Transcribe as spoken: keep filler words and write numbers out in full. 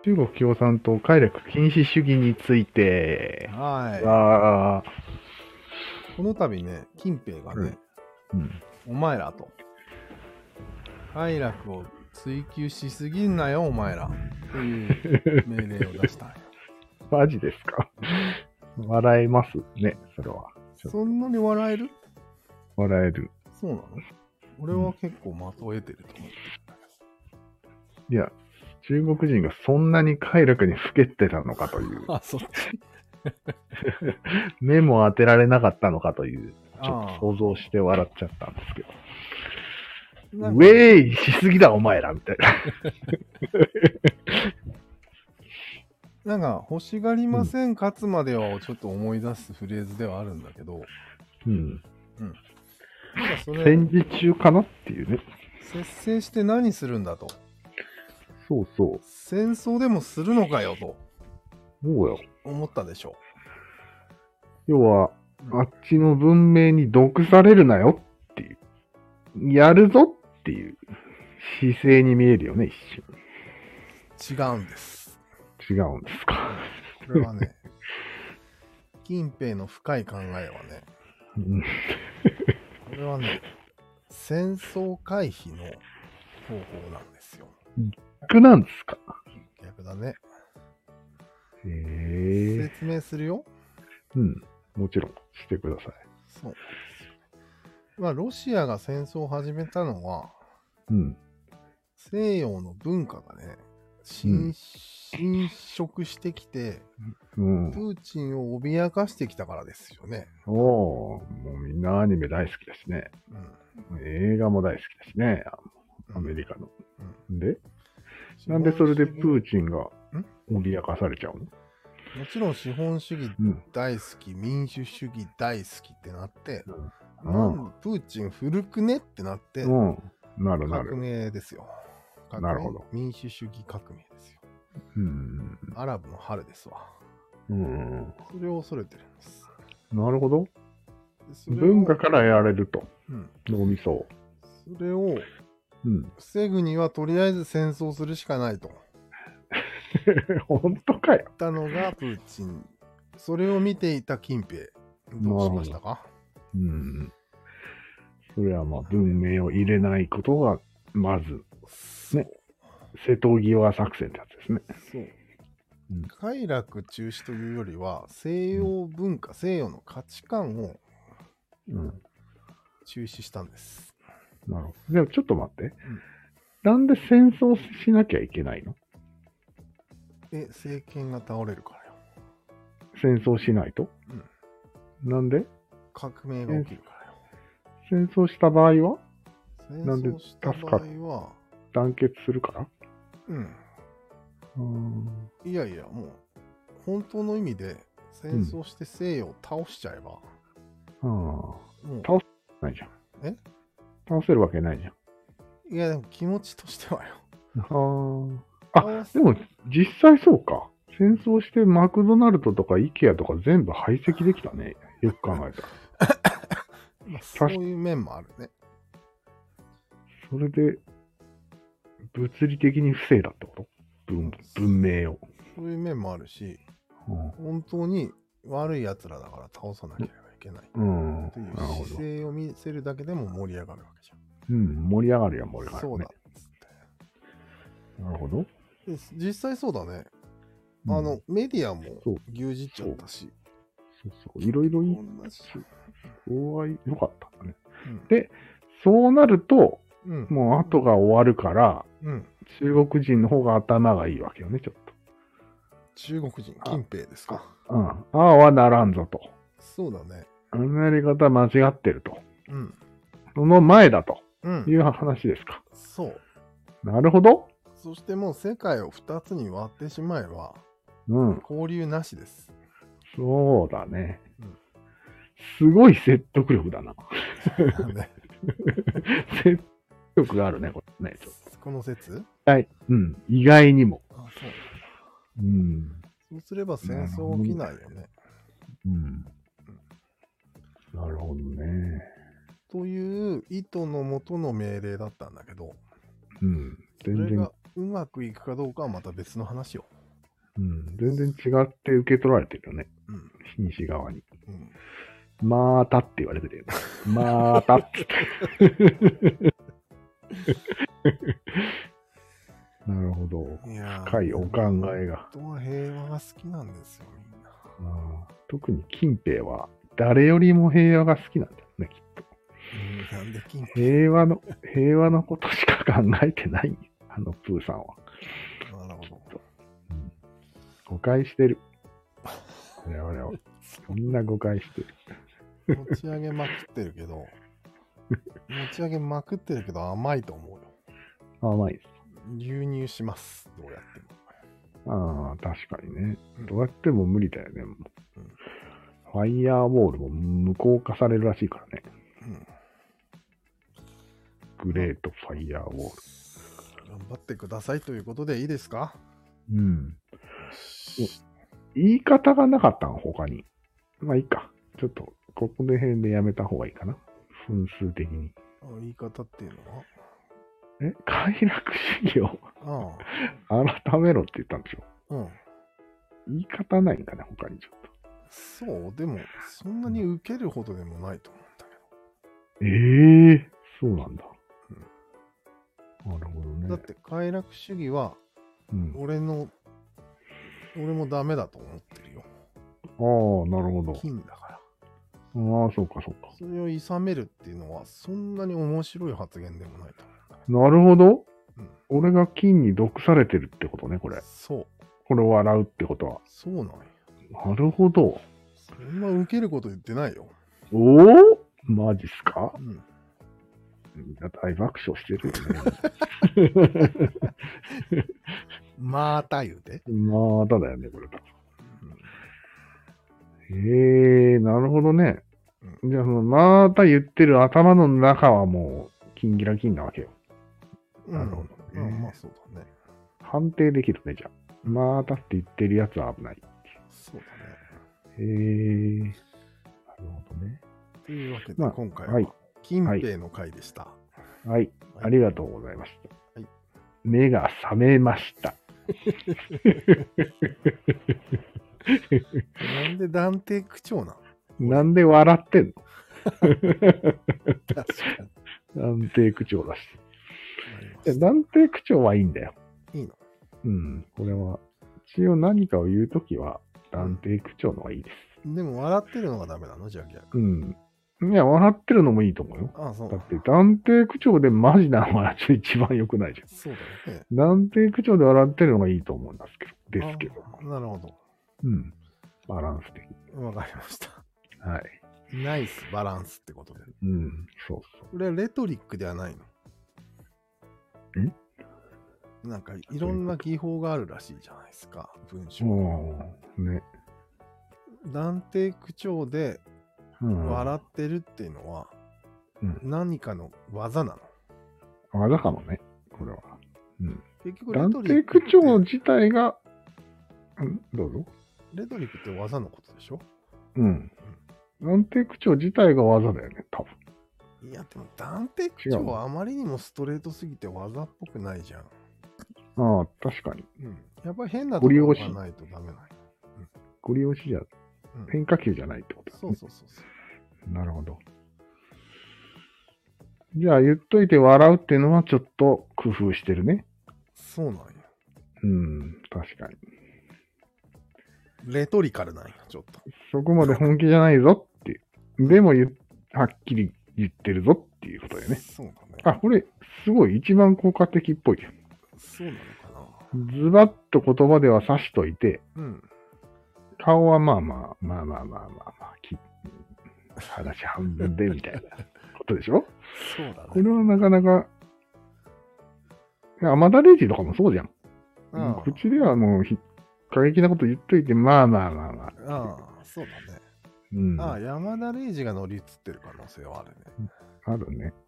中国共産党快楽禁止主義について、 はい。 あこの度ね、金兵がね、 うん、 お前らと、快楽を追求しすぎんなよ、お前ら、という命令を出したんよ。 マジですか。笑えますね、それは。 そんなに笑える？ 笑える。 そうなの？俺は結構的を得てると思ってるんだいや、中国人がそんなに快楽にふけってたのかという。 けど。あ、そっち。 目も当てられなかったのかという、ちょあっと想像して笑っちゃったんですけど。 あ。 ウェイしすぎだお前らみたいな。 なんか、欲しがりません、勝つまではをちょっと思い出すフレーズではあるんだけど、 うん。 なんかそれ、 戦時中かなっていうね。 節制して何するんだと。 そうそう。 戦争でもするのかよとそうよ。 思ったでしょ要は、 うんあっちの文明に毒されるなよっていう。やるぞっていう姿勢に見えるよね、一う。違うんです。 瞬。違うんですか。 これはね、近平の深い考えはね、 うんこれはね、戦争回避の方法なんですよ。 逆なんですか。 逆だね。 へえ。 説明するよ。 うん。もちろん、してください。 そうなんですよね。まあ、ロシアが戦争を始めたのは、 うん。 西洋の文化がね、 うん侵侵食してきて、 うん。 プーチンを脅かしてきたからですよね。 おお、もうみんなアニメ大好きですね。 うん。 映画も大好きですね。アメリカの。で、なんでそれでプーチンが脅かされちゃうの？ もちろん資本主義うん。 大好き、民主主義大好きってなって、 うん。 なんプーチン古くねってなって、 うん。なるな革る。 命ですよ。革命なるほど。 民主主義革命ですよ。 うん。 アラブの春ですわ。 うん。 それを恐れてるんです。 なるほど。 でそれを文化からやられると。 うん、 脳みそを。 それをうん。 防ぐにはとりあえず戦争するしかないと本当かよ。 言ったのがプーチン。それを見ていた近平。どうしましたか？ うん。それはまあ文明を入れないことが、まず、ね。瀬戸際作戦ってやつですね。 そう。 うん快楽中止というよりは西洋文化、西洋の価値観をうん。 中止したんです。 なるほど。でもちょっと待って。なんで戦争しなきゃいけないの？ え、政権が倒れるからよ。 戦争しないと？なんで？ 革命が起きるからよ。 戦争した場合は戦なんで争した場助か合は、 団結するから？ うん。 うーん。 いやいや、もう、本当の意味で戦争して西洋を倒しちゃえば、 ああ。 も倒せないじゃん。 え倒せるわけないじゃん。 う、いや、でも気持ちとしてはよ。 ああ。 倒すでも実際そうか。戦争してマクドナルドとかイケアとか全部排斥できたね。よく考えたら。 まあ、そういう面もあるね。 それで、物理的に不正だってこと？文文明を。 そういう面もあるし、 うん本当に悪い奴らだから倒さなければいけない。 うん。 というなるほど。 姿勢を見せるだけでも盛り上がるわけじうん。盛り上がるよ、盛りゃん。 上がる、ね。 そうだっつって。 なるほど。 で実際そうだね。 うんあの、メディアもそう牛耳っちゃったし。 そうそう。いろいろいい。 同じ。 そこは良かったんだね。 うん。 で、そうなると、 うん。 もう後が終わるから、 うん。 中国人の方が頭がいいわけよね、ちょっ中国人、近平ですか。 と。うん。ああはならんぞと。 そうだね。 あのやり方間違ってると。 うん。 その前だとうん。 いう話ですか。 そう。 なるほど。 そしてもう世界をふたつに割ってしまえば、 うん。 交流なしです。 そうだね。 うんすごい説得力だな。 ね、 説得力があるね、これね。ちょっとこの説はい。うん。意外にも。 あ、そう。 うん。 そうすれば戦争起きないよね。 うん。なるほどね。 という意図のもとの命令だったんだけど、 うん。全然それが、うまくいくかどうかはまた別の話よ。 うん、全然違って受け取られてるよね。 うん。 西側に。 うん。 またって言われてるよね。またっつって。なるほど。 いやー深いお考えが。 本当は平和が好きなんですよ、みんな。 あー特に近平は誰よりも平和が好きなんだよね、きっと。 うん、なんで金平和の、平和のことしか考えてないよ。あのプーさんは。 なるほど。 うん、誤解してる。我々は。みんな誤解してる。 持ち上げまくってるけど、持ち上げまくってるけど甘いと思うよ。 甘いです。 流入します、どうやってああ、確かにねう。んどうやっても無理だよね。もううんファイヤーボールも無効化されるらしいからね。 も。 グレートファイヤーボール。 うん。頑張ってくださいということでいいですか？ うん。言い方がなかったの、他に。まあいいか。ちょっと、ここで辺でやめた方がいいかな。分数的に。 あ言い方っていうのはえ、快楽主義をあ改めろって言ったんでしょ。 あ、うん。 言い方ないんかね、他にちょっと。 そう、でも、そんなに受けるほどでもないと思うんだええー、そうなんだ。なるほどけど。 ね。 だって、快楽主義は、 うん。 俺の、俺もダメだと思ってるよ。 ああ、なるほど。 金だから。 ああ、そうか、そうか。 それを諌めるっていうのは、そんなに面白い発言でもないと思うんだけど。 なるほど。 うん俺が金に毒されてるってことね、これ。 そう。 これを笑うってことは。 そうなんよ。 なるほど。 そんな受けること言ってないよ。 おおマジっすか？ うん。 みんな大爆笑してるよね。 また言うて。 まただよね、これ多分。へえー、なるほどね。じゃあ、その、また言ってる頭の中はもう、キンギラキンなわけよ。 うん。 なるほどねうん、まあそうだね。 判定できるね、じゃあ。またって言ってるやつは危ない。 そうだね。 へえー、なるほどね。 というわけで、 まあ今回は、 はい金平の回でした。 はい、ありがとうございました。 はい目が覚めました。 なんで断定口調なの？ なんで笑ってんの？ 確かに。 断定口調だし。いやなりました断定口調はいいんだよ。 いいの？ うん、これは。一応何かを言うときは、断定口調の方がいいです。 でも笑ってるのがダメなの？じゃあ逆。 うん。いや、笑ってるのもいいと思うよ。 ああ、そうだって、断定口調でマジなのは一番良くないじゃん。 そうだよね。 断定口調で笑ってるのがいいと思うんですけど。ですけど。 あなるほど。 うん。バランス的に。 わかりました。 はい。 ナイスバランスってことで。 うん。そうそこれはレトリックではないの？ んなんかいろんな技法があるらしいじゃないですか。文章。 う。おーね。 断定口調でうん。 笑ってるっていうのはうん何かの技なの？ 技かもね。これは。うん。 結局レ断トリックって定口調自体が、うん、どうぞ。 レトリックって技のことでしょ？ うん。断定口調自体が技だよね、多分。 いやでも断定口調はあまりにもストレートすぎて技っぽくないじゃん。 ああ、確かに。 うん。やっぱり変なところがないとダメない。 ご利用しじゃ、 うん変化球じゃないってことだね。 そうそうそうそう。 なるほど。じゃあ言っといて笑うっていうのはちょっと工夫してるね。 そうなんや。 うん、確かに。 レトリカルなんや、ちょっと。 そこまで本気じゃないぞっていう。でも言っはっきり言ってるぞっていうことだよね。 そうだね。 あ、これ、すごい一番効果的っぽいよ。 そうなのかズバッと言葉では指しといて、 な。うん。 顔はまあまあ、まあまあまあまあまあ、き話半分でみたいなことでしょ？ そうだね。 これはなかなか、いや、天田レイジとかもそうじゃん。 ああ口ではもうひ過激なこと言っといて、まあまあまあまあ。 ああ、そうだね。 うん。 ああ、山田礼二が乗り移ってる可能性はあるね。 あるね。